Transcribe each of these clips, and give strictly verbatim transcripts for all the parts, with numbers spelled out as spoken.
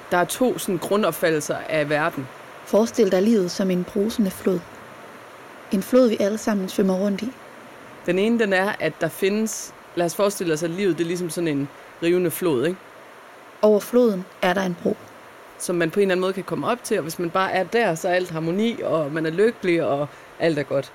der er to sådan grundopfattelser af verden. Forestil dig livet som en brusende flod. En flod, vi alle sammen svømmer rundt i. Den ene, den er, at der findes, lad os forestille os, at livet det er ligesom sådan en rivende flod, ikke? Over floden er der en bro. Som man på en eller anden måde kan komme op til, og hvis man bare er der, så er alt harmoni, og man er lykkelig, og alt er godt.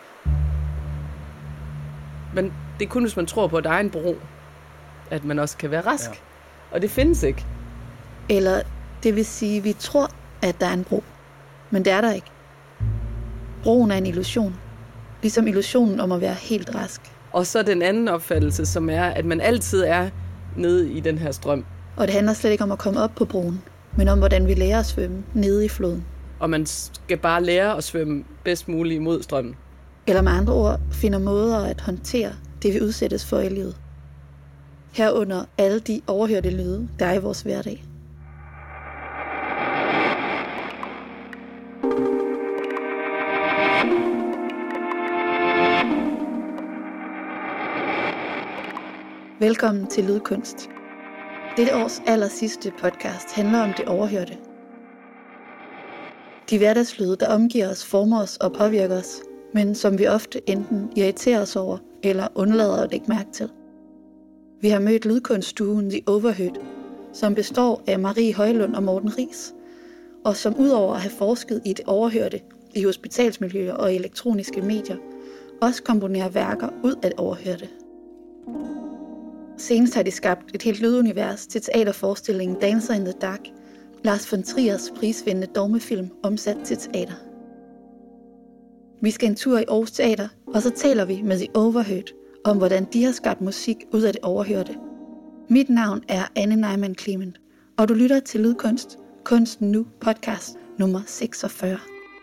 Men det er kun, hvis man tror på, at der er en bro, at man også kan være rask. Ja. Og det findes ikke. Eller det vil sige, at vi tror, at der er en bro. Men det er der ikke. Broen er en illusion. Ligesom illusionen om at være helt rask. Og så den anden opfattelse, som er, at man altid er nede i den her strøm. Og det handler slet ikke om at komme op på broen, men om, hvordan vi lærer at svømme nede i floden. Og man skal bare lære at svømme bedst muligt imod strømmen. Eller med andre ord, finder måder at håndtere det, vi udsættes for i livet. Herunder alle de overhørte lyde, der er i vores hverdag. Velkommen til Lydkunst. Dette års aller sidste podcast handler om det overhørte. De hverdagslyde, der omgiver os, former os og påvirker os, men som vi ofte enten irriterer os over eller undlader at lægge mærke til. Vi har mødt lydkunststuen The Overheard, som består af Marie Højlund og Morten Riis, og som udover at have forsket i det overhørte i hospitalsmiljøer og elektroniske medier, også komponerer værker ud af det overhørte. Senest har de skabt et helt lydunivers til teaterforestillingen Dancer in the Dark, Lars von Triers prisvindende dogmefilm omsat til teater. Vi skal en tur i Aarhus Teater, og så taler vi med The Overheard om, hvordan de har skabt musik ud af det overhørte. Mit navn er Anne Neumann Clement, og du lytter til Lydkunst, Kunsten Nu podcast nummer seksogfyrre.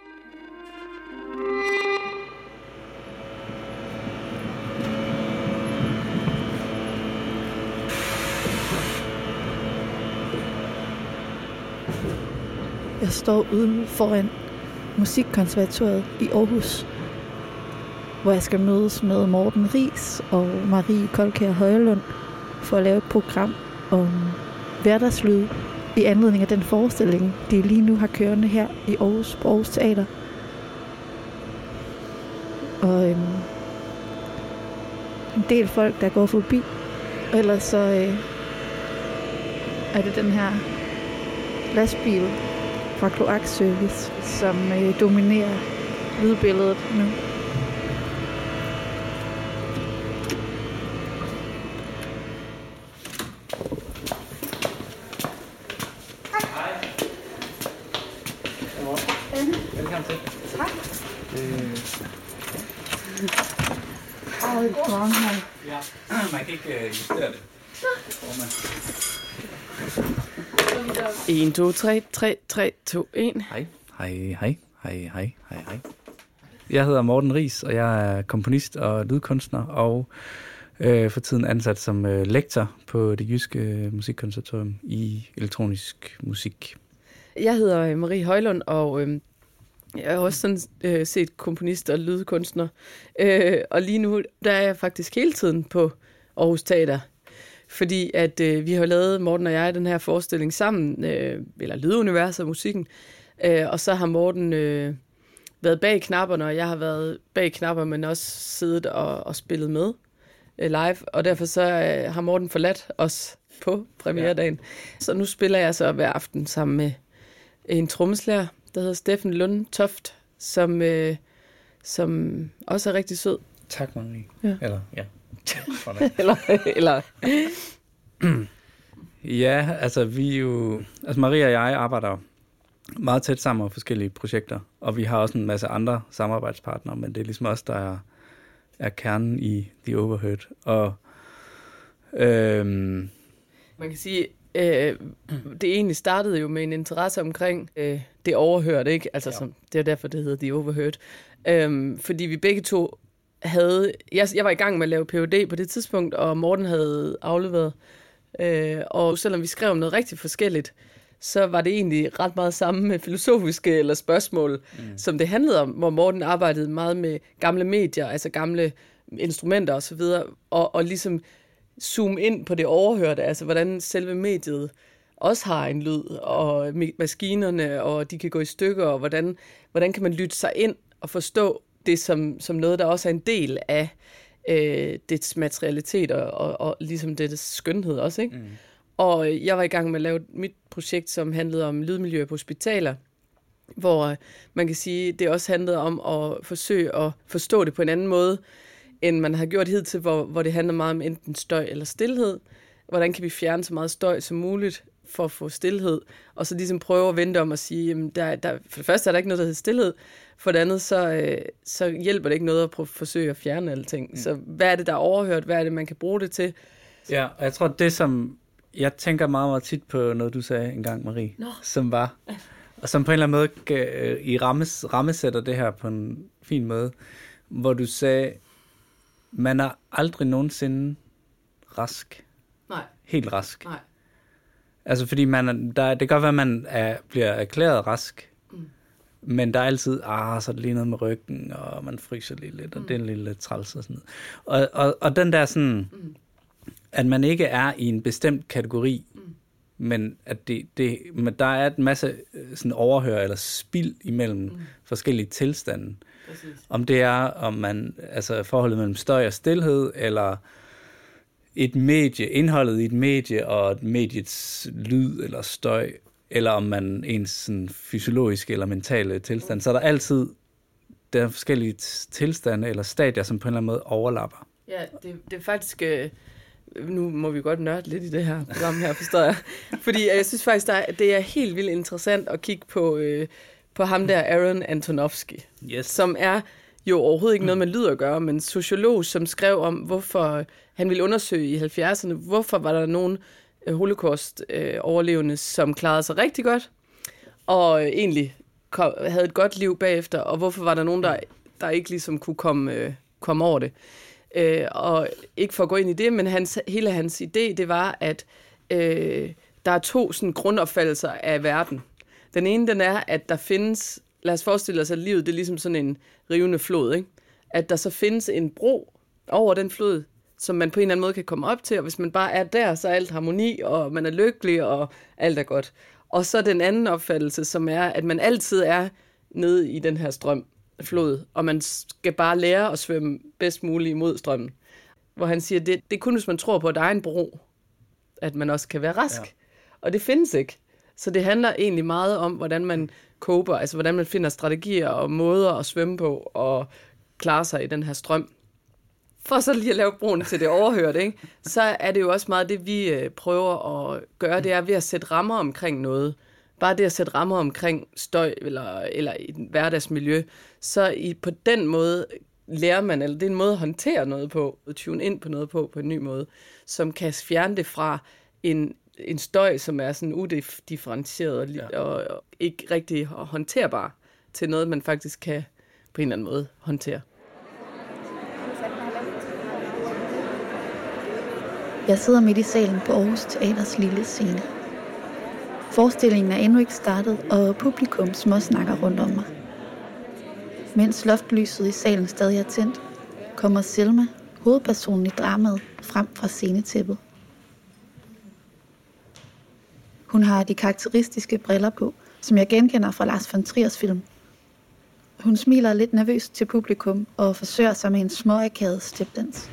Jeg står ude foran Musikkonservatoriet i Aarhus, hvor jeg skal mødes med Morten Riis og Marie Kolkjær Højlund for at lave et program om hverdagslyd i anledning af den forestilling, de lige nu har kørende her i Aarhus på Aarhus Teater. Og øhm, en del folk, der går forbi. Ellers så øh, er det den her lastbil fra Kloakservice, som øh, dominerer lydbilledet nu. Hej. Velkommen til. Tak. Øh. Åh, det går meget her. Ja, man kan ikke uh, justere det. en, to, tre, tre, tre, to, en. Hej, hej, hej, hej, hej, hej, hej. Jeg hedder Morten Riis, og jeg er komponist og lydkunstner, og øh, for tiden ansat som øh, lektor på Det Jyske Musikkonservatorium i elektronisk musik. Jeg hedder Marie Højlund, og øh, jeg er også sådan øh, set komponist og lydkunstner. Øh, og lige nu, der er jeg faktisk hele tiden på Aarhus Teater. Fordi at øh, vi har lavet, Morten og jeg, den her forestilling sammen, øh, eller Lyduniverset og musikken. Øh, og så har Morten øh, været bag knapperne, og jeg har været bag knapper, men også siddet og, og spillet med øh, live. Og derfor så øh, har Morten forladt os på premieredagen. Ja. Så nu spiller jeg så hver aften sammen med en trommeslager, der hedder Steffen Lund Toft, som, øh, som også er rigtig sød. Tak, Marie. Ja. Eller, ja. eller, eller. Ja, altså vi jo... Altså Maria og jeg arbejder meget tæt sammen med forskellige projekter, og vi har også en masse andre samarbejdspartnere, men det er ligesom os, der er, er kernen i The Overheard. Og øhm, man kan sige, øh, det egentlig startede jo med en interesse omkring øh, det overhørte, ikke? Altså, ja. som, det er derfor, det hedder The Overheard. Øhm, fordi vi begge to havde... Jeg, jeg var i gang med at lave P H D på det tidspunkt, og Morten havde afleveret. Øh, og selvom vi skrev om noget rigtig forskelligt, så var det egentlig ret meget samme med filosofiske eller spørgsmål, mm. som det handlede om, hvor Morten arbejdede meget med gamle medier, altså gamle instrumenter og så videre, og, og ligesom zoome ind på det overhørte, altså hvordan selve mediet også har en lyd, og maskinerne, og de kan gå i stykker, og hvordan, hvordan kan man lytte sig ind og forstå det som, som noget, der også er en del af øh, dets materialitet, og, og, og ligesom dets skønhed også, ikke? Mm. Og jeg var i gang med at lave mit projekt, som handlede om lydmiljø på hospitaler, hvor man kan sige, det også handlede om at forsøge at forstå det på en anden måde, end man har gjort hidtil, hvor, hvor det handler meget om enten støj eller stilhed. Hvordan kan vi fjerne så meget støj som muligt for at få stilhed, og så ligesom prøve at vente om at sige, jamen der, der, for det første er der ikke noget, der hedder stilhed, for det andet, så, øh, så hjælper det ikke noget at prøve, forsøge at fjerne alting. Mm. Så hvad er det, der er overhørt? Hvad er det, man kan bruge det til? Ja, og jeg tror, det som, jeg tænker meget, meget tit på noget, du sagde engang, Marie, Nå. som var, og som på en eller anden måde øh, i rammes, rammesætter det her på en fin måde, hvor du sagde, man er aldrig nogensinde rask. Nej. Helt rask. Nej. Altså fordi man, der, det kan godt være, at man er, bliver erklæret rask, mm. men der er altid, ah, så er det lige noget med ryggen, og man fryser lige lidt, og mm. det er en lille træls og sådan noget. Og, og, og den der sådan, mm. at man ikke er i en bestemt kategori, mm. men at det, det, men der er en masse sådan overhør eller spild imellem mm. forskellige tilstande. Præcis. Om det er, om man, altså forholdet mellem støj og stilhed, eller et medie, indholdet i et medie, og et mediets lyd eller støj, eller om man ens sådan fysiologiske eller mentale tilstand, så er der altid der er forskellige tilstande eller stadier, som på en eller anden måde overlapper. Ja, det, det er faktisk, øh, nu må vi godt nørde lidt i det her program her, forstår jeg, fordi jeg synes faktisk, der er, det er helt vildt interessant at kigge på, øh, på ham der, Aaron Antonovsky, yes. som er jo overhovedet ikke noget med lyd at gøre, men sociolog, som skrev om, hvorfor han ville undersøge i halvfjerdserne, hvorfor var der nogen holocaust-overlevende, som klarede sig rigtig godt, og egentlig kom, havde et godt liv bagefter, og hvorfor var der nogen, der, der ikke ligesom kunne komme, øh, komme over det. Øh, og ikke for at gå ind i det, men hans, hele hans idé, det var, at øh, der er to sådan, grundopfattelser af verden. Den ene, den er, at der findes, lad os forestille os, at livet det er ligesom sådan en rivende flod, ikke? At der så findes en bro over den flod, som man på en eller anden måde kan komme op til, og hvis man bare er der, så er alt harmoni, og man er lykkelig, og alt er godt. Og så den anden opfattelse, som er, at man altid er nede i den her strøm, flod, og man skal bare lære at svømme bedst muligt imod strømmen. Hvor han siger, det, det er kun, hvis man tror på, at der er en bro, at man også kan være rask. Ja. Og det findes ikke. Så det handler egentlig meget om, hvordan man coper, altså hvordan man finder strategier og måder at svømme på, og klare sig i den her strøm. For så lige at lave broen til det overhørte, ikke? Så er det jo også meget det, vi prøver at gøre, det er ved at sætte rammer omkring noget. Bare det at sætte rammer omkring støj eller, eller i et hverdagsmiljø, så i, på den måde lærer man, eller det er en måde at håndtere noget på, at tune ind på noget på, på en ny måde, som kan fjerne det fra en, en støj, som er sådan udifferentieret og, ja. og, og ikke rigtig håndterbar, til noget, man faktisk kan på en eller anden måde håndtere. Jeg sidder midt i salen på Aarhus Teaters lille scene. Forestillingen er endnu ikke startet, og publikum småsnakker rundt om mig. Mens loftlyset i salen stadig er tændt, kommer Selma, hovedpersonen i dramaet, frem fra scenetæppet. Hun har de karakteristiske briller på, som jeg genkender fra Lars von Triers film. Hun smiler lidt nervøst til publikum og forsøger sig med en småakavet stepdans.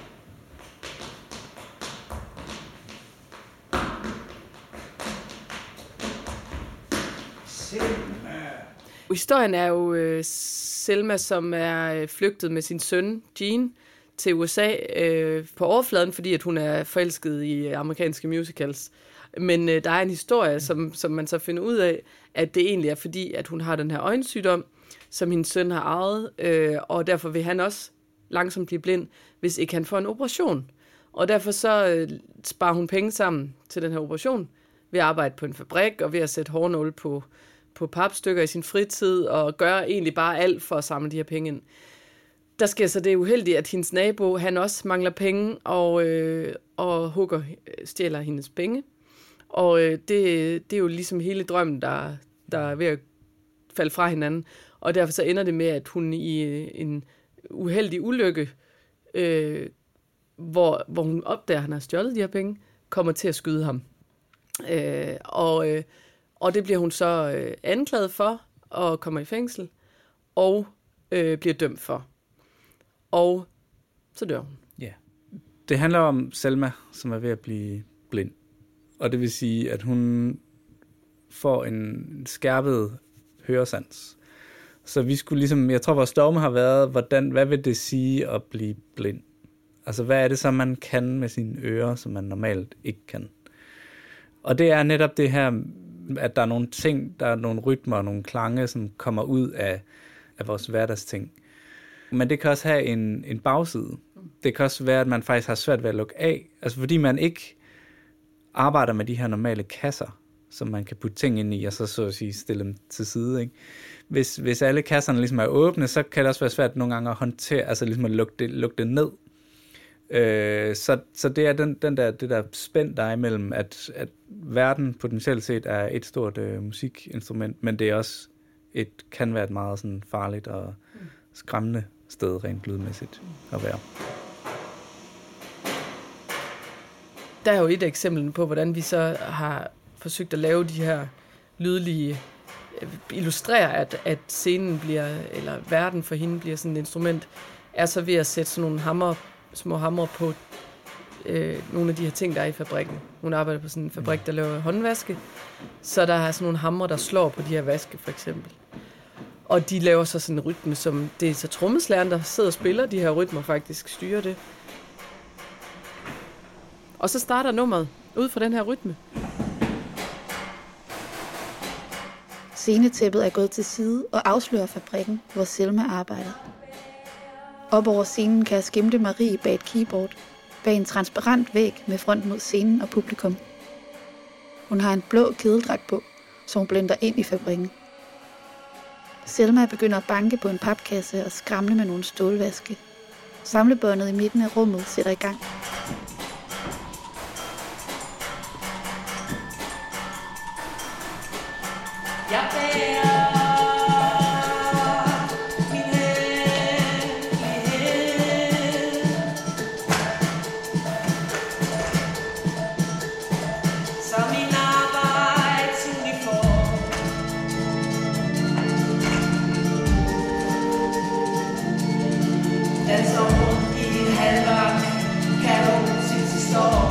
Historien er jo øh, Selma, som er flygtet med sin søn, Gene, til U S A øh, på overfladen, fordi at hun er forelsket i amerikanske musicals. Men øh, der er en historie, som, som man så finder ud af, at det egentlig er fordi, at hun har den her øjensygdom, som hendes søn har arvet, øh, og derfor vil han også langsomt blive blind, hvis ikke han får en operation. Og derfor så øh, sparer hun penge sammen til den her operation, ved at arbejde på en fabrik, og ved at sætte hårnåle på på papstykker i sin fritid, og gør egentlig bare alt for at samle de her penge ind. Der sker så det uheldige, at hendes nabo, han også mangler penge, og, øh, og hugger, stjæler hendes penge. Og øh, det, det er jo ligesom hele drømmen, der, der er ved at falde fra hinanden. Og derfor så ender det med, at hun i en uheldig ulykke, øh, hvor, hvor hun opdager, at han har stjålet de her penge, kommer til at skyde ham. Øh, og, øh, og det bliver hun så øh, anklaget for, og kommer i fængsel, og øh, bliver dømt for. Og så dør hun. Ja. Det handler om Selma, som er ved at blive blind. Og det vil sige, at hun får en skærpet høresans. Så vi skulle ligesom, jeg tror, vores dogme har været, hvordan, hvad vil det sige at blive blind? Altså, hvad er det så, man kan med sine ører, som man normalt ikke kan? Og det er netop det her, at der er nogle ting, der er nogle rytmer, nogle klange, som kommer ud af, af vores hverdagsting. Men det kan også have en, en bagside. Det kan også være, at man faktisk har svært ved at lukke af. Altså, fordi man ikke arbejder med de her normale kasser, som man kan putte ting ind i, og så så at sige stille dem til side, ikke? Hvis, hvis alle kasserne ligesom er åbne, så kan det også være svært nogle gange at håndtere, altså ligesom at lukke det, lukke det ned. Øh, så, så det er den, den der, det der spænd, der er imellem, at, at verden potentielt set er et stort øh, musikinstrument, men det er også et, kan være et meget sådan farligt og skræmmende sted rent lydmæssigt at være. Der er jo et eksempel på, hvordan vi så har forsøgt at lave de her lydlige, illustrere, at, at scenen bliver, eller verden for hende bliver sådan et instrument, er så ved at sætte sådan nogle hammer, små hamre på øh, nogle af de her ting, der er i fabrikken. Hun arbejder på sådan en fabrik, der laver håndvaske, så der er sådan nogle hamre, der slår på de her vaske, for eksempel. Og de laver så sådan en rytme, som det er så trommeslageren, der sidder og spiller de her rytmer, faktisk styrer det. Og så starter nummeret ud fra den her rytme. Scenetæppet er gået til side og afslører fabrikken, hvor Selma arbejder. Op over scenen kan jeg skimte Marie bag et keyboard, bag en transparent væg med front mod scenen og publikum. Hun har en blå kedeldragt på, så hun blender ind i fabrikken. Selma begynder at banke på en papkasse og skramle med nogle stålvaske. Samlebåndet i midten af rummet sætter i gang. Jeg bærer min hemmelighed, som min arbejdsuniform. Danser rundt i en halvmørk kaotisk storm.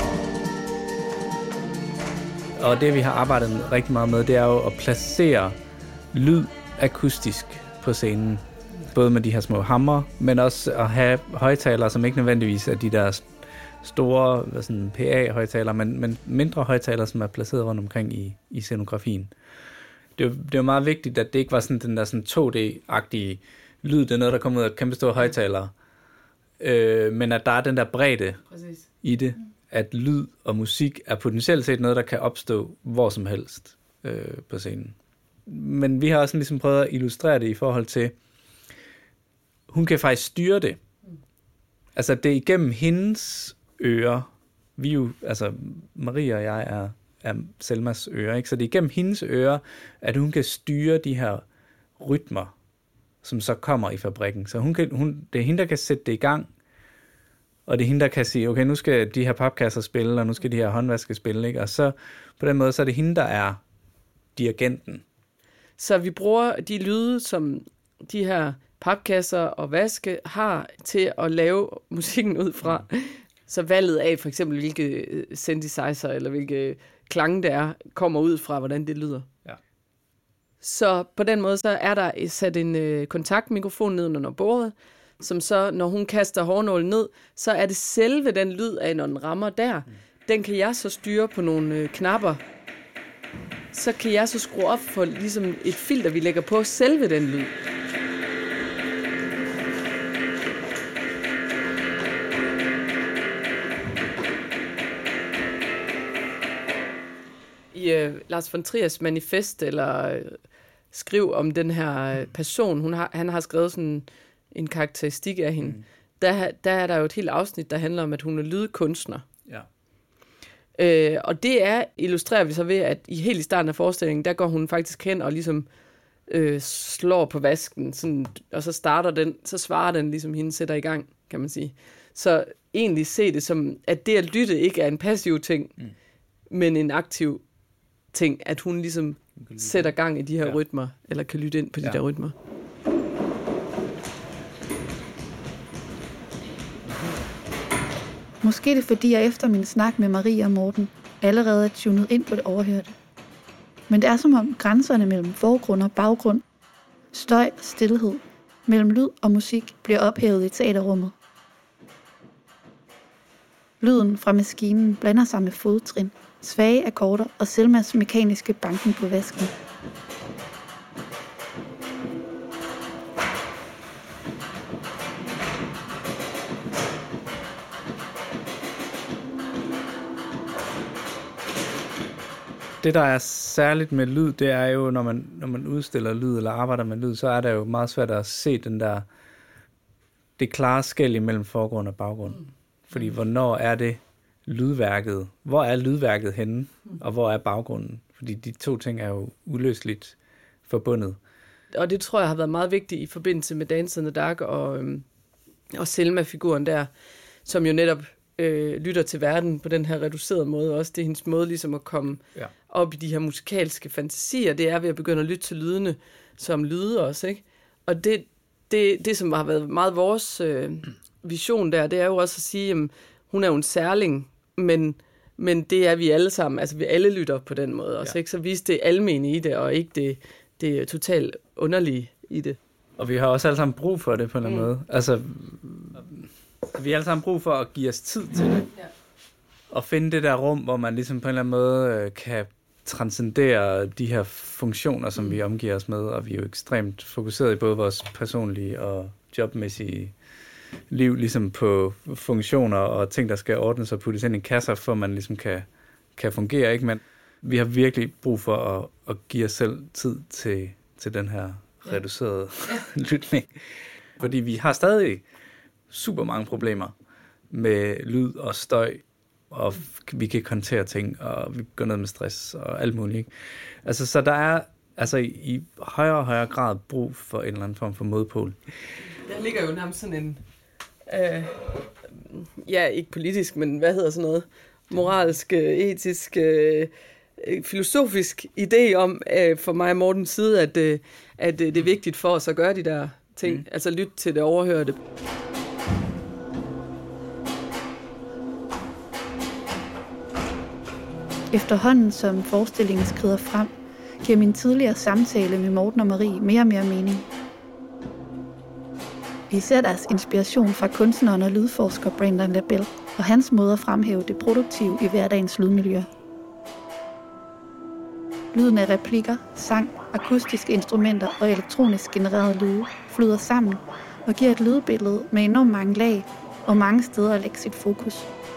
Og det, vi har arbejdet rigtig meget med, det er jo at placere lyd akustisk på scenen. Både med de her små hamre, men også at have højtalere, som ikke nødvendigvis er de der store sådan P A-højtalere, men, men mindre højtalere, som er placeret rundt omkring i, i scenografien. Det er, det er jo meget vigtigt, at det ikke var sådan den der sådan to D-agtige lyd. Det er noget, der kommer ud af kæmpe store højtalere. Øh, men at der er den der bredde Præcis. I det. At lyd og musik er potentielt set noget, der kan opstå hvor som helst øh, på scenen. Men vi har også ligesom prøvet at illustrere det i forhold til, hun kan faktisk styre det. Altså det er igennem hendes ører, vi jo, altså Marie og jeg er, er Selmas ører, ikke? Så det er igennem hendes ører, at hun kan styre de her rytmer, som så kommer i fabrikken. Så hun kan, hun, det er hende, der kan sætte det i gang, og det er hende, der kan sige, okay, nu skal de her papkasser spille, og nu skal de her håndvaske spille, ikke? Og så på den måde, så er det hende, der er dirigenten. Så vi bruger de lyde, som de her papkasser og vaske har til at lave musikken ud fra. Så valget af for eksempel, hvilke synthesizer eller hvilke klange det er, kommer ud fra, hvordan det lyder. Ja. Så på den måde, så er der sat en øh, kontaktmikrofon ned under bordet, som så, når hun kaster hårnålen ned, så er det selve den lyd af, når den rammer der. Den kan jeg så styre på nogle øh, knapper. Så kan jeg så skrue op for ligesom et filter, vi lægger på selve den lyd. I øh, Lars von Triers manifest, eller øh, skriv om den her person, hun har, han har skrevet sådan en karakteristik af hende. Mm. Der, der er der jo et helt afsnit, der handler om, at hun er lydkunstner. Ja. Øh, og det er, illustrerer vi så ved, at i helt i starten af forestillingen, der går hun faktisk hen og ligesom øh, slår på vasken, sådan, og så starter den, så svarer den ligesom hende sætter i gang, kan man sige. Så egentlig se det som, at det at lytte ikke er en passiv ting, mm. men en aktiv ting, at hun ligesom sætter gang i de her ja. rytmer, eller kan lytte ind på de ja. der rytmer. Måske det er fordi, jeg efter min snak med Marie og Morten allerede er tunet ind på det overhørte. Men det er som om grænserne mellem forgrund og baggrund, støj og stillhed, mellem lyd og musik bliver ophævet i teaterrummet. Lyden fra maskinen blander sig med fodtrin, svage akkorder og Selmas mekaniske banken på vasken. Det, der er særligt med lyd, det er jo, når man, når man udstiller lyd eller arbejder med lyd, så er det jo meget svært at se den der, det klare skel imellem forgrund og baggrund. Fordi hvornår er det lydværket? Hvor er lydværket henne, og hvor er baggrunden? Fordi de to ting er jo uløseligt forbundet. Og det tror jeg har været meget vigtigt i forbindelse med Dance in the Dark og, øhm, og Selma-figuren der, som jo netop øh, lytter til verden på den her reducerede måde. Også det er hendes måde ligesom at komme ja. op i de her musikalske fantasier. Det er ved at begynde at lytte til lydene som lyde også, ikke? Og det, det, det som har været meget vores øh, vision der, det er jo også at sige, at hun er jo en særling, men, men det er vi alle sammen. Altså vi alle lytter på den måde også, ja. ikke? Så vis det almene i det, og ikke det, det totalt underlige i det. Og vi har også alle sammen brug for det på en eller anden mm. måde. Altså, vi har alle sammen brug for at give os tid til det. Ja. Og finde det der rum, hvor man ligesom på en eller anden måde kan transcendere de her funktioner, som mm. vi omgiver os med. Og vi er jo ekstremt fokuseret i både vores personlige og jobmæssige liv, ligesom på funktioner og ting, der skal ordnes og puttes ind i kasser, for man ligesom kan, kan fungere, ikke? Men vi har virkelig brug for at, at give os selv tid til, til den her reducerede ja. lytning. Fordi vi har stadig super mange problemer med lyd og støj, og vi kan kontere ting, og vi går ned med stress og alt muligt, ikke? Altså, så der er altså i, i højere og højere grad brug for en eller anden form for modpol. Der ligger jo nærmest sådan en, øh, ja, ikke politisk, men hvad hedder sådan noget, moralsk, etisk, øh, filosofisk idé om, øh, for mig og Mortens side, at, øh, at øh, det er vigtigt for os at gøre de der ting, mm. altså lytte til det overhørte. Efterhånden som forestillingen skrider frem, giver min tidligere samtale med Morten og Marie mere og mere mening. Vi ser deres inspiration fra kunstneren og lydforsker Brandon LaBelle og hans måde at fremhæve det produktive i hverdagens lydmiljø. Lyden af replikker, sang, akustiske instrumenter og elektronisk genererede lyde flyder sammen og giver et lydbillede med enormt mange lag og mange steder at lægge sit fokus.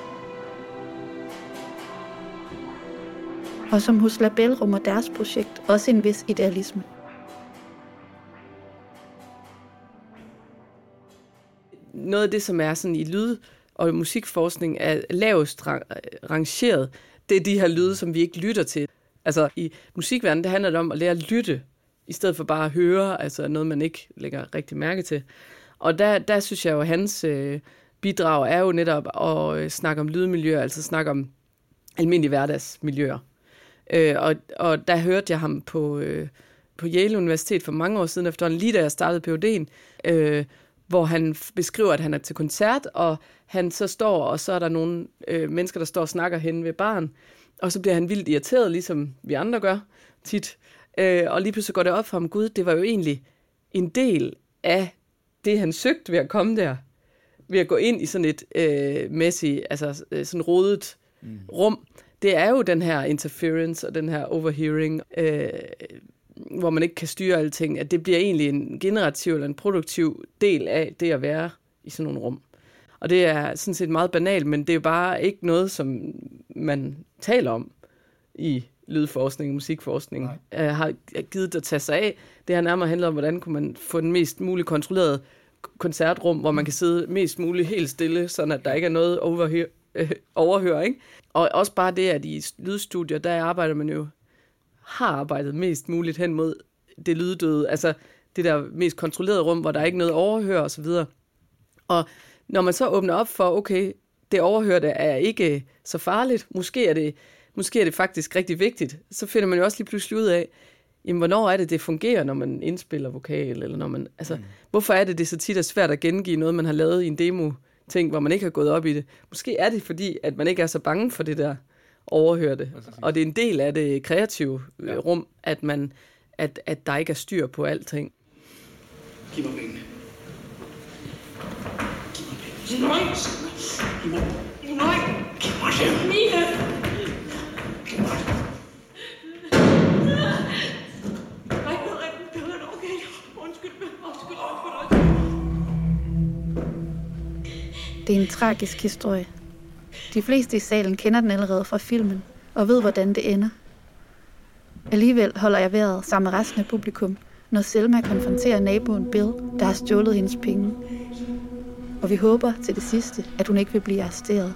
Og som hos LaBelle rummer deres projekt også en vis idealisme. Noget af det, som er sådan i lyd- og musikforskning, er lavest rangeret, det er de her lyde, som vi ikke lytter til. Altså i musikverdenen, det handler det om at lære at lytte, i stedet for bare at høre, altså noget, man ikke lægger rigtig mærke til. Og der, der synes jeg jo, at hans øh, bidrag er jo netop at øh, snakke om lydmiljøer, altså snakke om almindelige hverdagsmiljøer. Øh, og, og der hørte jeg ham på, øh, på Yale Universitet for mange år siden, efterhånden lige da jeg startede P H D'en, øh, hvor han beskriver, at han er til koncert, og han så står, og så er der nogle øh, mennesker, der står og snakker henne ved baren, og så bliver han vildt irriteret, ligesom vi andre gør tit. Øh, og lige pludselig går det op for ham, Gud, det var jo egentlig en del af det, han søgte ved at komme der, ved at gå ind i sådan et øh, messy, altså sådan rodet mm. rum. Det er jo den her interference og den her overhearing, øh, hvor man ikke kan styre alting, at det bliver egentlig en generativ eller en produktiv del af det at være i sådan nogle rum. Og det er sådan set meget banalt, men det er jo bare ikke noget, som man taler om i lydforskning og musikforskning. Uh, har givet at tage sig af. Det har nærmere handlet om, hvordan kunne man få den mest muligt kontrollerede koncertrum, hvor man kan sidde mest muligt helt stille, sådan at der ikke er noget overhør, øh, overhør, ikke? Og også bare det, at i lydstudier, der arbejder man jo, har arbejdet mest muligt hen mod det lyddøde, altså det der mest kontrollerede rum, hvor der er ikke noget overhør og så videre. Og når man så åbner op for, okay, det overhørte er ikke så farligt, måske er det, måske er det faktisk rigtig vigtigt. Så finder man jo også lige pludselig ud af, jamen, hvornår er det, det fungerer, når man indspiller vokal, eller når man, altså, mm. hvorfor er det, det så tit er svært at gengive noget, man har lavet i en demo-ting, hvor man ikke har gået op i det. Måske er det, fordi at man ikke er så bange for det der overhørte, og det er en del af det kreative ja. rum, at, man, at, at der ikke er styr på alting. Giv mig pengene. Giv mig pengene. Giv mig pengene. Nej! Giv mig dem. Mine! Giv mig dem. Nej, det var okay. Undskyld mig. Undskyld, undskyld, undskyld. Det er en tragisk historie. De fleste i salen kender den allerede fra filmen, og ved, hvordan det ender. Alligevel holder jeg vejret sammen med resten af publikum, når Selma konfronterer naboen Bill, der har stjålet hendes penge. Og vi håber til det sidste, at hun ikke vil blive arresteret.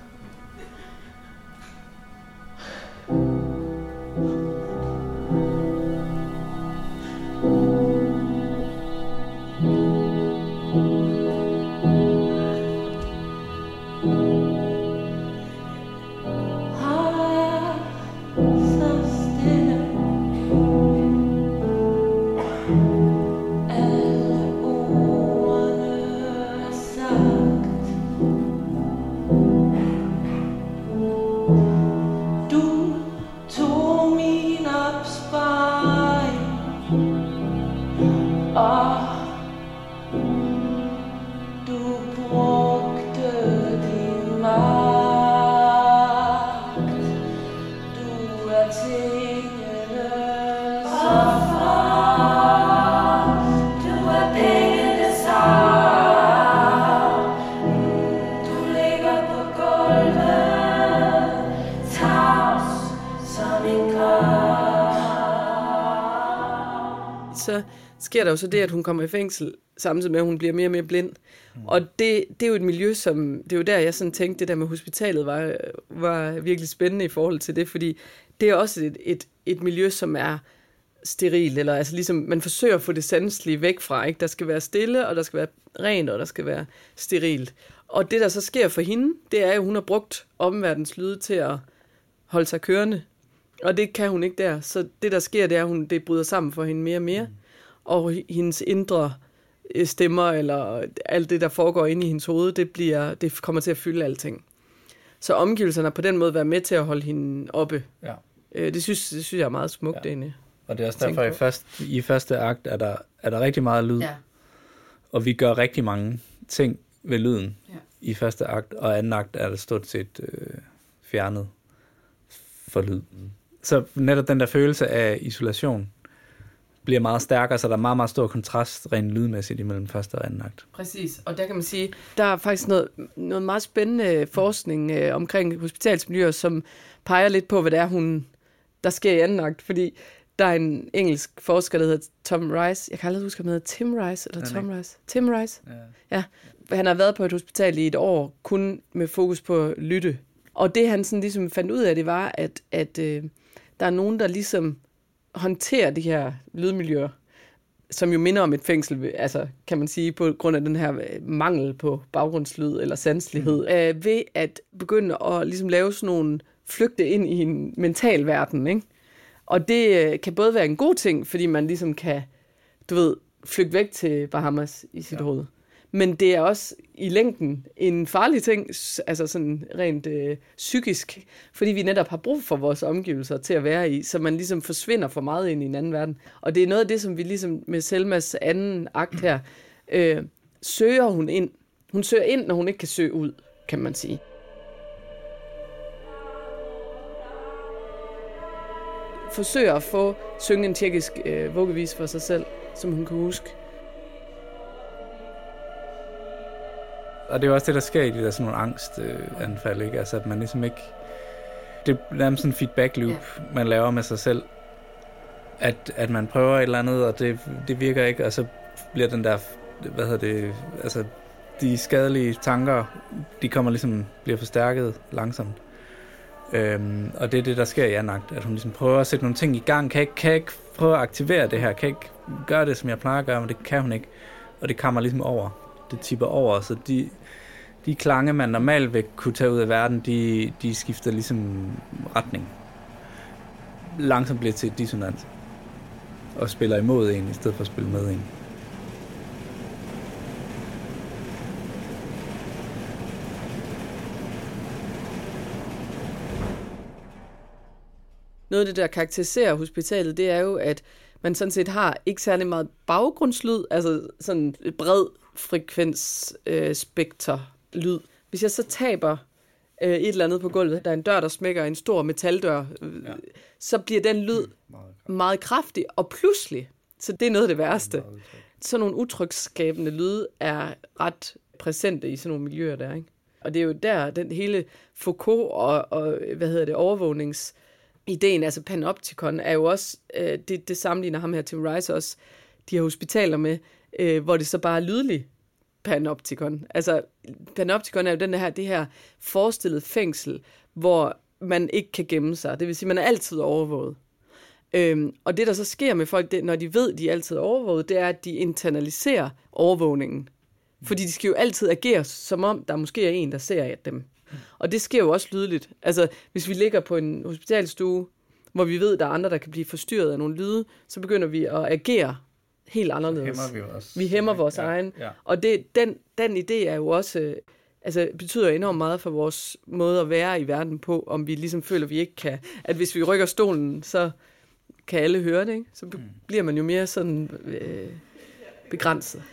Så sker der jo så det, at hun kommer i fængsel, samtidig med, at hun bliver mere og mere blind. Mm. Og det, det er jo et miljø, som... Det er jo der, jeg sådan tænkte, det der med hospitalet var, var virkelig spændende i forhold til det, fordi det er også et, et, et miljø, som er steril, eller altså ligesom, man forsøger at få det sanselige væk fra, ikke? Der skal være stille, og der skal være rent, og der skal være sterilt. Og det, der så sker for hende, det er jo, hun har brugt omverdens lyde til at holde sig kørende. Og det kan hun ikke der. Så det, der sker, det er, at hun, det bryder sammen for hende mere og mere. Mm. Og hendes indre stemmer, eller alt det, der foregår inde i hendes hoved, det, bliver, det kommer til at fylde alting. Så omgivelserne har på den måde været med til at holde hende oppe. Ja. Det, synes, det synes jeg er meget smukt, ja. Egentlig. Og det er også derfor, i første, i første akt er der, er der rigtig meget lyd. Ja. Og vi gør rigtig mange ting ved lyden ja. i første akt, og anden akt er der stort set øh, fjernet for lyd. Mm. Så netop den der følelse af isolation bliver meget stærkere, så der er meget, meget stor kontrast rent lydmæssigt imellem første og anden akt. Præcis, og der kan man sige, der er faktisk noget, noget meget spændende forskning øh, omkring hospitalsmiljøer, som peger lidt på, hvad det er, hun, der sker i anden akt, fordi der er en engelsk forsker, der hedder Tom Rice. Jeg kan aldrig huske, om han hedder Tim Rice, eller Tom Rice. Tim Rice? Ja. ja. Han har været på et hospital i et år, kun med fokus på at lytte. Og det, han sådan ligesom fandt ud af, det var, at, at øh, der er nogen, der ligesom håndterer de her lydmiljøer, som jo minder om et fængsel, altså kan man sige, på grund af den her mangel på baggrundslyd eller sanselighed, mm. øh, ved at begynde at ligesom lave sådan nogle flygte ind i en mental verden, ikke? Og det øh, kan både være en god ting, fordi man ligesom kan, du ved, flygte væk til Bahamas i sit ja. hoved. Men det er også i længden en farlig ting, altså sådan rent øh, psykisk, fordi vi netop har brug for vores omgivelser til at være i, så man ligesom forsvinder for meget ind i en anden verden. Og det er noget af det, som vi ligesom med Selmas anden akt her, øh, søger hun ind. Hun søger ind, når hun ikke kan søge ud, kan man sige. Forsøger at få synge en tjekkisk øh, vuggevis for sig selv, som hun kan huske. Og det er også det, der sker i de der sådan nogle angstanfald, ikke? Altså, at man ligesom ikke... Det er nærmest sådan en feedback loop, yeah. man laver med sig selv. At, at man prøver et eller andet, og det, det virker ikke, og så bliver den der... Hvad hedder det? Altså, de skadelige tanker, de kommer ligesom... bliver forstærket langsomt. Øhm, og det er det, der sker i anden akt, at hun ligesom prøver at sætte nogle ting i gang. Kan jeg ikke, kan jeg ikke prøve at aktivere det her? Kan jeg ikke gøre det, som jeg plejer at gøre? Men det kan hun ikke. Og det kommer ligesom over. Det tipper over, så de, de klange, man normalt vil kunne tage ud af verden, de, de skifter ligesom retning. langsomt bliver til dissonans. Og spiller imod en, i stedet for at spille med en. Noget af det, der karakteriserer hospitalet, det er jo, at man sådan set har ikke særlig meget baggrundslyd, altså sådan et bred frekvens øh, spekter lyd. Hvis jeg så taber øh, et eller andet på gulvet, der er en dør, der smækker, en stor metaldør, øh, ja. så bliver den lyd mm, meget kraftig og pludselig. Så det er noget af det værste. Sådan nogle utrygsskabende lyde er ret præsente i sådan nogle miljøer der, ikke? Og det er jo der, den hele Foucault og, og hvad hedder det, overvågnings ideen, altså panoptikon, er jo også, øh, det, det sammenligner ham her, Tim Rice også, de her hospitaler med, øh, hvor det så bare er lydelig panoptikon. Altså, panoptikon er jo den her, det her forestillede fængsel, hvor man ikke kan gemme sig. Det vil sige, man er altid overvåget. Øhm, og det, der så sker med folk, det, når de ved, de er altid overvåget, det er, at de internaliserer overvågningen. Fordi de skal jo altid agere, som om der måske er en, der ser dem. Og det sker jo også lydligt. Altså, hvis vi ligger på en hospitalstue, hvor vi ved, at der er andre, der kan blive forstyrret af nogle lyde, så begynder vi at agere helt anderledes. Hæmmer vi, også. vi hæmmer vores ja, egen. Ja. Og det, den, den idé er jo også, altså, betyder enormt meget for vores måde at være i verden på, om vi ligesom føler, at vi ikke kan. At hvis vi rykker stolen, så kan alle høre det, ikke? Så be- bliver man jo mere sådan øh, begrænset.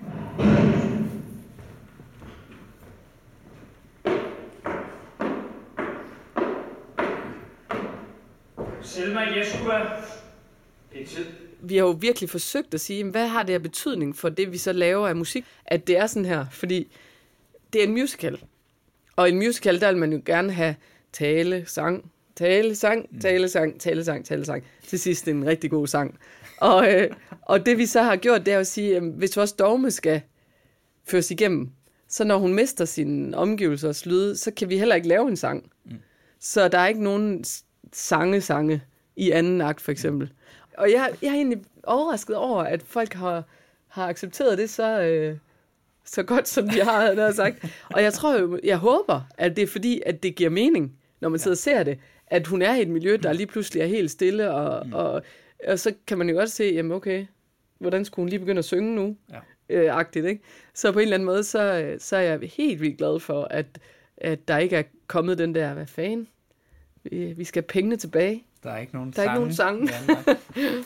Selma Jesua, det er tid. Vi har jo virkelig forsøgt at sige, hvad har det her betydning for det, vi så laver af musik, at det er sådan her, fordi det er en musical. Og en musical, der vil man jo gerne have tale, sang, tale, sang, tale, sang, tale, sang, tale, sang. Til sidst en rigtig god sang. Og, øh, og det vi så har gjort, det er at sige, at hvis vores dogme skal føres igennem, så når hun mister sine omgivelsers lyde, så kan vi heller ikke lave en sang. Mm. Så der er ikke nogen sange, sange i anden akt, for eksempel. Og jeg, jeg er egentlig overrasket over, at folk har, har accepteret det så, øh, så godt, som de har, havde sagt. Og jeg tror jo, jeg håber, at det er fordi, at det giver mening, når man sidder og ser det, at hun er i et miljø, der lige pludselig er helt stille, og, mm. og, og så kan man jo godt se, jamen okay, hvordan skulle hun lige begynde at synge nu? Ja. Øh, agtigt, ikke? Så på en eller anden måde, så, så er jeg helt vildt glad for, at, at der ikke er kommet den der, hvad fanden? Vi, vi skal have pengene tilbage. Der er ikke nogen der er sange. Ikke nogen sange. Ja,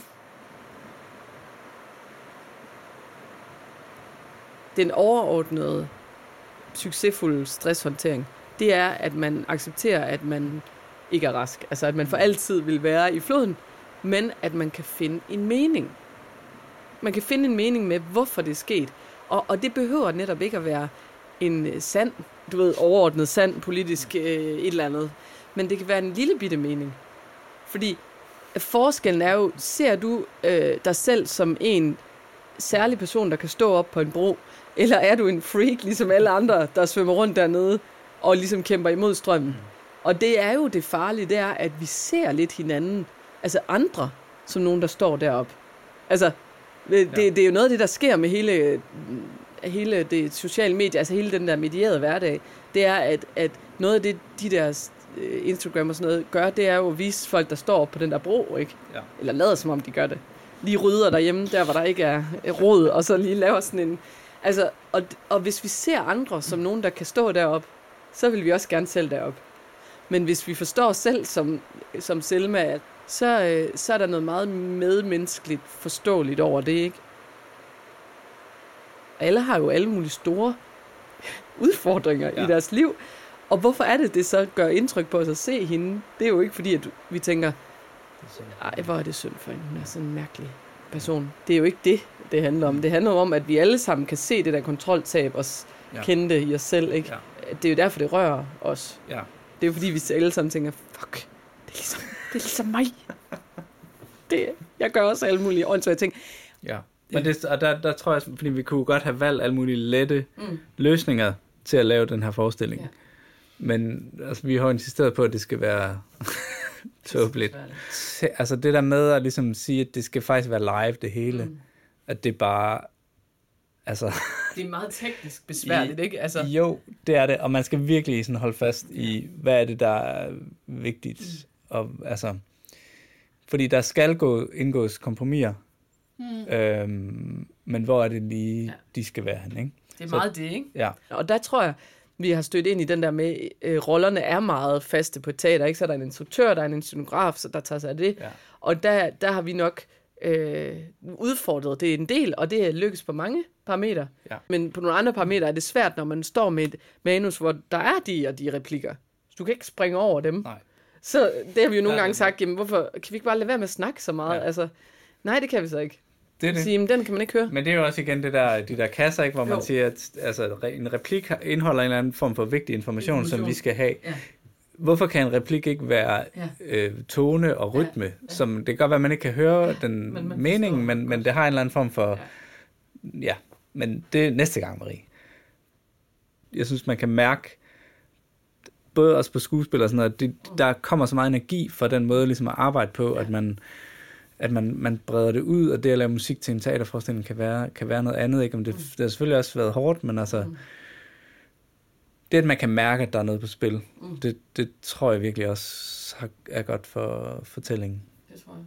den overordnede, succesfulde stresshåndtering, det er, at man accepterer, at man ikke er rask. Altså, at man for altid vil være i floden, men at man kan finde en mening. Man kan finde en mening med, hvorfor det er sket. Og, og det behøver netop ikke at være en sand, du ved, overordnet sand politisk øh, et eller andet. Men det kan være en lille bitte mening. Fordi forskellen er jo, ser du øh, dig selv som en særlig person, der kan stå op på en bro, eller er du en freak, ligesom alle andre, der svømmer rundt dernede, og ligesom kæmper imod strømmen? Og det er jo det farlige, det er, at vi ser lidt hinanden, altså andre, som nogen, der står deroppe. Altså, det, ja. det er jo noget af det, der sker med hele, hele det sociale medie, altså hele den der medierede hverdag, det er, at, at noget af det, de der Instagram og sådan noget gør, det er jo at vise folk, der står på den der bro, ikke? Ja. Eller lader som om de gør det. Lige rydder derhjemme, der hvor der ikke er rod, og så lige laver sådan en... Altså, og, og hvis vi ser andre som nogen, der kan stå derop, så vil vi også gerne selv derop. Men hvis vi forstår os selv som, som Selma, så, så er der noget meget medmenneskeligt forståeligt over det, ikke? Alle har jo alle mulige store udfordringer ja. i deres liv. Og hvorfor er det, det så gør indtryk på os at se hende? Det er jo ikke fordi, at vi tænker, ej, hvor er det synd for hende, hun er sådan en mærkelig person. Det er jo ikke det, det handler om. Det handler om, at vi alle sammen kan se det der kontroltab og ja. kende det i os selv, ikke? Ja. Det er jo derfor, det rører os. Ja. Det er jo fordi, vi alle sammen tænker, fuck, det er ligesom, det er ligesom mig. Det, jeg gør også alle mulige åndssvage ting. Ja, men det, og der, der tror jeg, fordi vi kunne godt have valgt alle mulige lette mm. løsninger til at lave den her forestilling. Ja. Men altså, vi har insisteret på, at det skal være tåbeligt. Altså det der med at ligesom sige, at det skal faktisk være live, det hele. Mm. At det bare... Altså, det er meget teknisk besværligt, ikke? Altså... Jo, det er det. Og man skal virkelig sådan holde fast i, hvad er det, der er vigtigt. Mm. Og altså... Fordi der skal gå, indgås kompromiser, mm. øhm, men hvor er det lige, ja. de skal være hen, ikke? Det er så, meget det, ikke? Ja. Og der tror jeg, vi har stødt ind i den der med, øh, rollerne er meget faste på teater, ikke? Så der er en instruktør, der er en scenograf, så der tager sig af det. Ja. Og der, der har vi nok øh, udfordret det en del, og det er lykkes på mange parametre. Ja. Men på nogle andre parametre er det svært, når man står med et manus, hvor der er de og de replikker. Så du kan ikke springe over dem. Nej. Så det har vi jo nogle ja, gange sagt, jamen hvorfor kan vi ikke bare lade være med at snakke så meget? Ja. Altså, nej, det kan vi så ikke. Det er det. Sige, den kan man ikke høre. Men det er jo også igen det der, de der kasser, ikke, hvor jo. man siger, at altså, en replik indeholder en eller anden form for vigtig information, information. som vi skal have. Ja. Hvorfor kan en replik ikke være ja. øh, tone og rytme? Ja. Ja. Som, det kan godt være, at man ikke kan høre ja. den men mening, men, men det har en eller anden form for... Ja. ja, men det er næste gang, Marie. Jeg synes, man kan mærke, både også på skuespil og sådan noget, det, der kommer så meget energi fra den måde ligesom at arbejde på, ja. at man... at man, man breder det ud, og det at lave musik til en teaterforestilling kan være, kan være noget andet. Ikke? Om det, det har selvfølgelig også været hårdt, men altså, mm. det at man kan mærke, at der er noget på spil, mm. det, det tror jeg virkelig også har, er godt for fortællingen. Det tror jeg.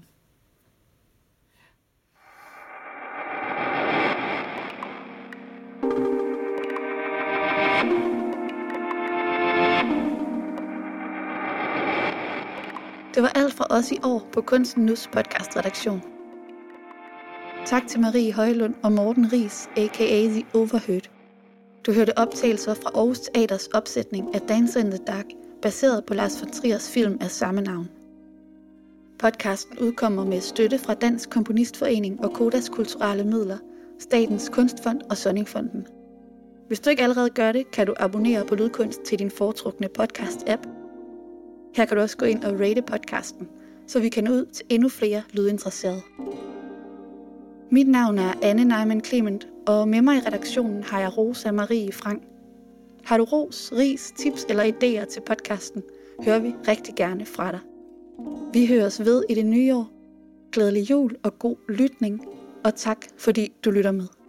Det var alt fra os i år på Kunsten Nus podcastredaktion. Tak til Marie Højlund og Morten Riis, a k a. The Overheard. Du hørte optagelser fra Aarhus Teaters opsætning af Dancer in the Dark, baseret på Lars von Triers film af samme navn. Podcasten udkommer med støtte fra Dansk Komponistforening og Kodas Kulturelle Midler, Statens Kunstfond og Sonningfonden. Hvis du ikke allerede gør det, kan du abonnere på Lydkunst til din foretrukne podcast-app. Her kan du også gå ind og rate podcasten, så vi kan nå ud til endnu flere lydinteresserede. Mit navn er Anne Neumann Clement, og med mig i redaktionen har jeg Rosa Marie Frank. Har du ros, ris, tips eller idéer til podcasten, hører vi rigtig gerne fra dig. Vi høres ved i det nye år. Glædelig jul og god lytning, og tak fordi du lytter med.